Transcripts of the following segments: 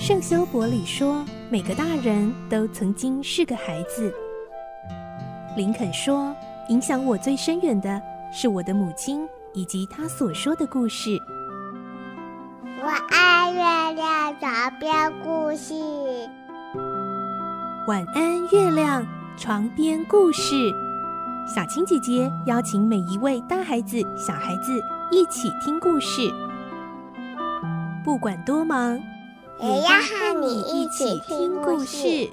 圣修伯里说，每个大人都曾经是个孩子。林肯说，影响我最深远的是我的母亲以及她所说的故事。 我爱月亮床边故事。 晚安，月亮床边故事。小青姐姐邀请每一位大孩子、小孩子一起听故事，不管多忙， 也要和你一起听故事。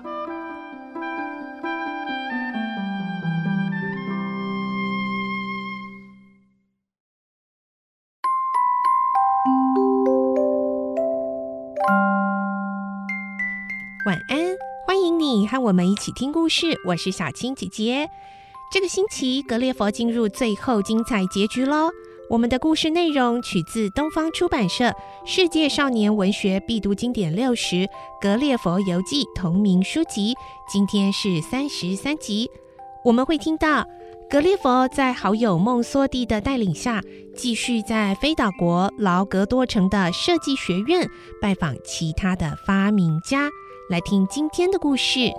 晚安，欢迎你和我们一起听故事，我是小青姐姐。这个星期格列佛进入最后精彩结局咯。我们的故事内容取自东方出版社世界少年文学必读经典60格列佛游记同名书籍，今天是33集。我们会听到格列佛在好友孟梭蒂的带领下，继续在飞岛国劳格多城的设计学院拜访其他的发明家。来听今天的故事。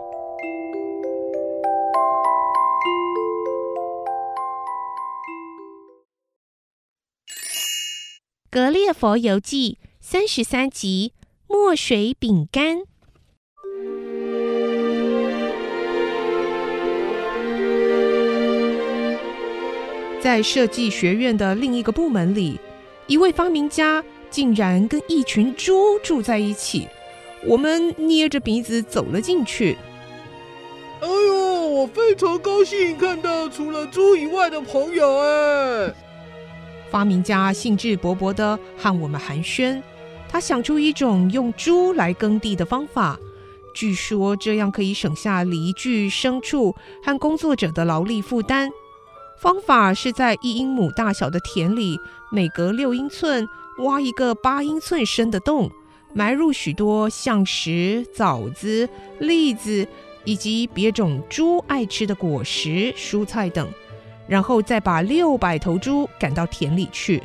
格列佛游记33集，墨水饼干。在设计学院的另一个部门里，一位发明家竟然跟一群猪住在一起。我们捏着鼻子走了进去。 哎呦，我非常高兴看到除了猪以外的朋友哎！ 发明家兴致勃勃地和我们寒暄，他想出一种用猪来耕地的方法，据说这样可以省下犁具、牲畜和工作者的劳力负担。方法是在1英亩大小的田里，每隔6英寸挖一个8英寸深的洞，埋入许多橡实、枣子、栗子以及别种猪爱吃的果实、蔬菜等，然后再把600头猪赶到田里去。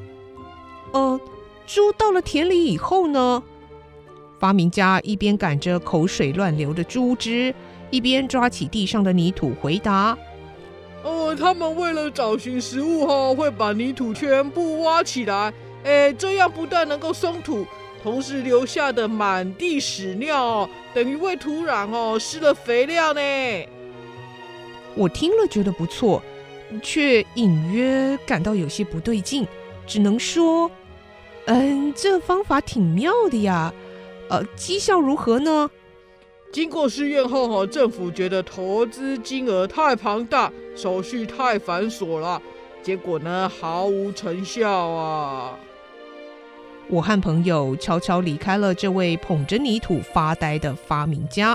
猪到了田里以后呢？发明家一边赶着口水乱流的猪只，一边抓起地上的泥土回答： 他们为了找寻食物会把泥土全部挖起来，这样不但能够松土，同时留下的满地屎尿等于为土壤施了肥料呢。 我听了觉得不错，却隐约感到有些不对劲，只能说，这方法挺妙的呀。绩效如何呢？ 经过试验后政府觉得投资金额太庞大，手续太繁琐了，结果呢毫无成效啊。 我和朋友悄悄离开了这位捧着泥土发呆的发明家。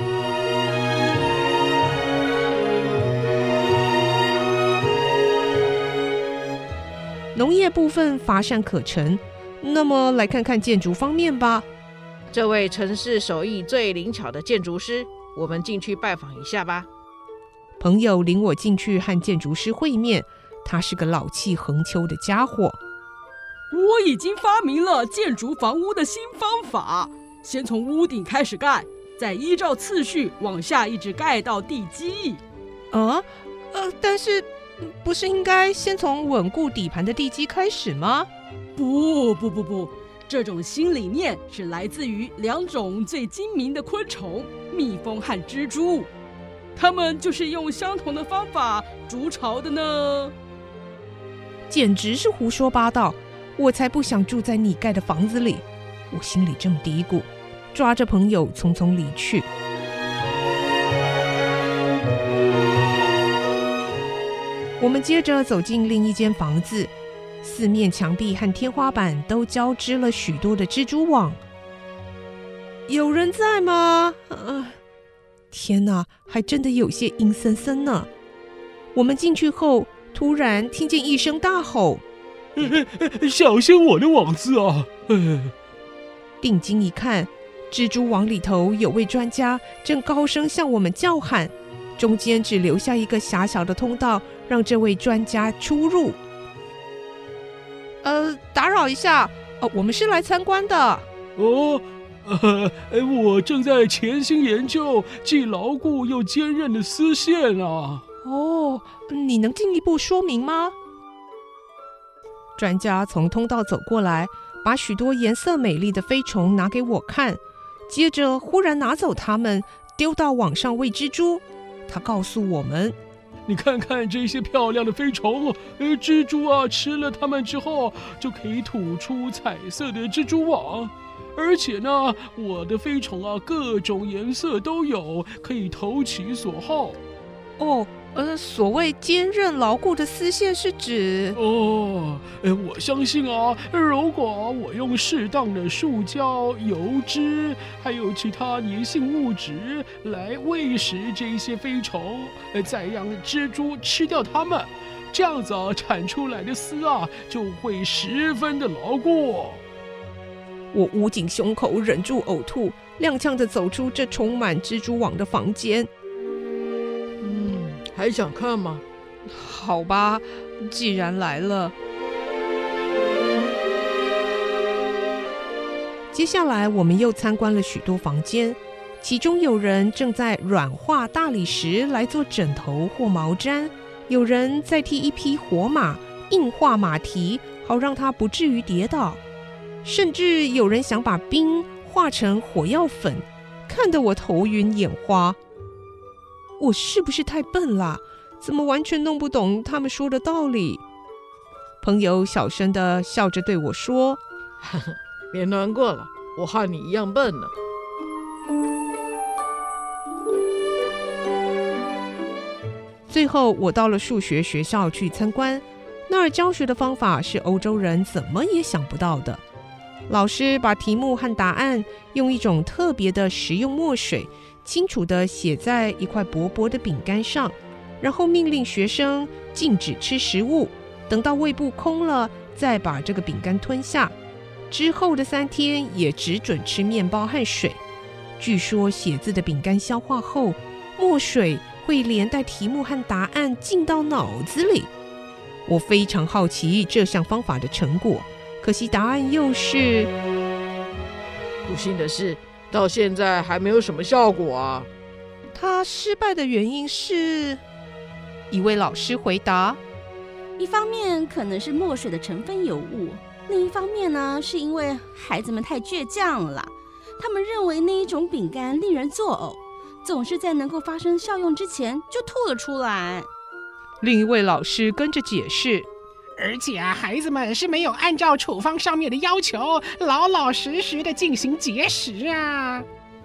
农业部分乏善可陈，那么来看看建筑方面吧。 这位城市手艺最灵巧的建筑师，我们进去拜访一下吧。 朋友领我进去和建筑师会面，他是个老气横秋的家伙。 我已经发明了建筑房屋的新方法，先从屋顶开始盖，再依照次序往下一直盖到地基。 但是不是应该先从稳固底盘的地基开始吗？ 不，这种新理念是来自于2种最精明的昆虫——蜜蜂和蜘蛛，它们就是用相同的方法筑巢的呢。 简直是胡说八道！我才不想住在你盖的房子里，我心里这么嘀咕，抓着朋友匆匆离去。我们接着走进另一间房子，四面墙壁和天花板都交织了许多的蜘蛛网。有人在吗？天哪，还真的有些阴森森呢。我们进去后，突然听见一声大吼： 小心我的网子啊！ 定睛一看，蜘蛛网里头有位专家正高声向我们叫喊，中间只留下一个狭小的通道，让这位专家出入。打扰一下，我们是来参观的。 我正在潜心研究既牢固又坚韧的丝线啊。 哦，你能进一步说明吗？专家从通道走过来，把许多颜色美丽的飞虫拿给我看，接着忽然拿走它们，丢到网上喂蜘蛛。他告诉我们， 你看看这些漂亮的飞虫，蜘蛛啊吃了它们之后，就可以吐出彩色的蜘蛛网。而且呢，我的飞虫啊，各种颜色都有，可以投其所好。 哦，所谓坚韧牢固的丝线是指…… 我相信啊，如果我用适当的塑胶、油脂，还有其他粘性物质来喂食这些飞虫，再让蜘蛛吃掉它们，这样子啊，产出来的丝啊，就会十分的牢固。 我捂紧胸口，忍住呕吐，踉跄地走出这充满蜘蛛网的房间。 还想看吗？ 好吧，既然来了。接下来我们又参观了许多房间，其中有人正在软化大理石来做枕头或毛毡，有人在替一匹活马硬化马蹄，好让它不至于跌倒，甚至有人想把冰化成火药粉，看得我头晕眼花。我是不是太笨啦？怎么完全弄不懂他们说的道理？朋友小声地笑着对我说：“ 别难过了，我和你一样笨呢。” 最后，我到了数学学校去参观，那儿教学的方法是欧洲人怎么也想不到的。老师把题目和答案用一种特别的食用墨水清楚地写在一块薄薄的饼干上，然后命令学生禁止吃食物，等到胃部空了再把这个饼干吞下。之后的3天也只准吃面包和水。据说写字的饼干消化后，墨水会连带题目和答案进到脑子里。我非常好奇这项方法的成果，可惜答案又是…… 不幸的是，到现在还没有什么效果啊。 他失败的原因是，一位老师回答： 一方面可能是墨水的成分有误，另一方面呢，是因为孩子们太倔强了，他们认为那一种饼干令人作呕，总是在能够发生效用之前就吐了出来。 另一位老师跟着解释： 而且孩子们是没有按照处方上面的要求，老老实实的进行节食啊。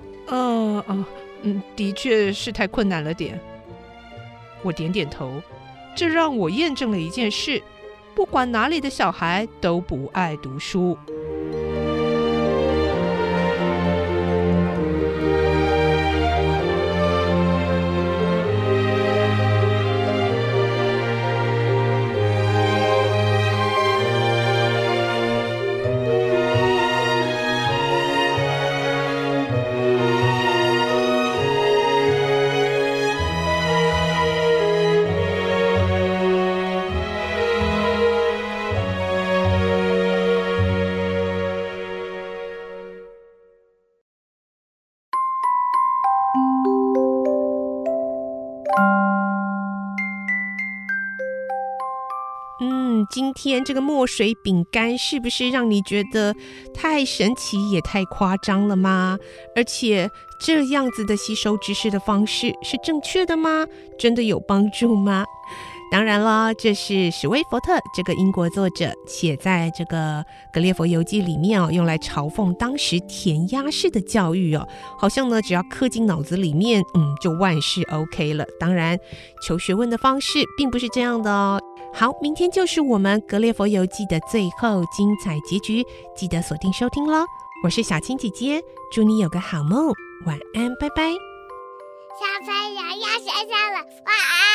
的确是太困难了点。我点点头，这让我验证了一件事：不管哪里的小孩都不爱读书。今天这个墨水饼干是不是让你觉得太神奇也太夸张了吗？而且这样子的吸收知识的方式是正确的吗？真的有帮助吗？当然了，这是史威佛特这个英国作者写在这个《格列佛游记》里面用来嘲讽当时填鸭式的教育好像呢只要刻进脑子里面，就万事 OK 了。当然，求学问的方式并不是这样的哦。好，明天就是我们《格列佛游记》的最后精彩结局，记得锁定收听咯。我是小青姐姐，祝你有个好梦，晚安，拜拜。 小朋友要睡觉了，晚安。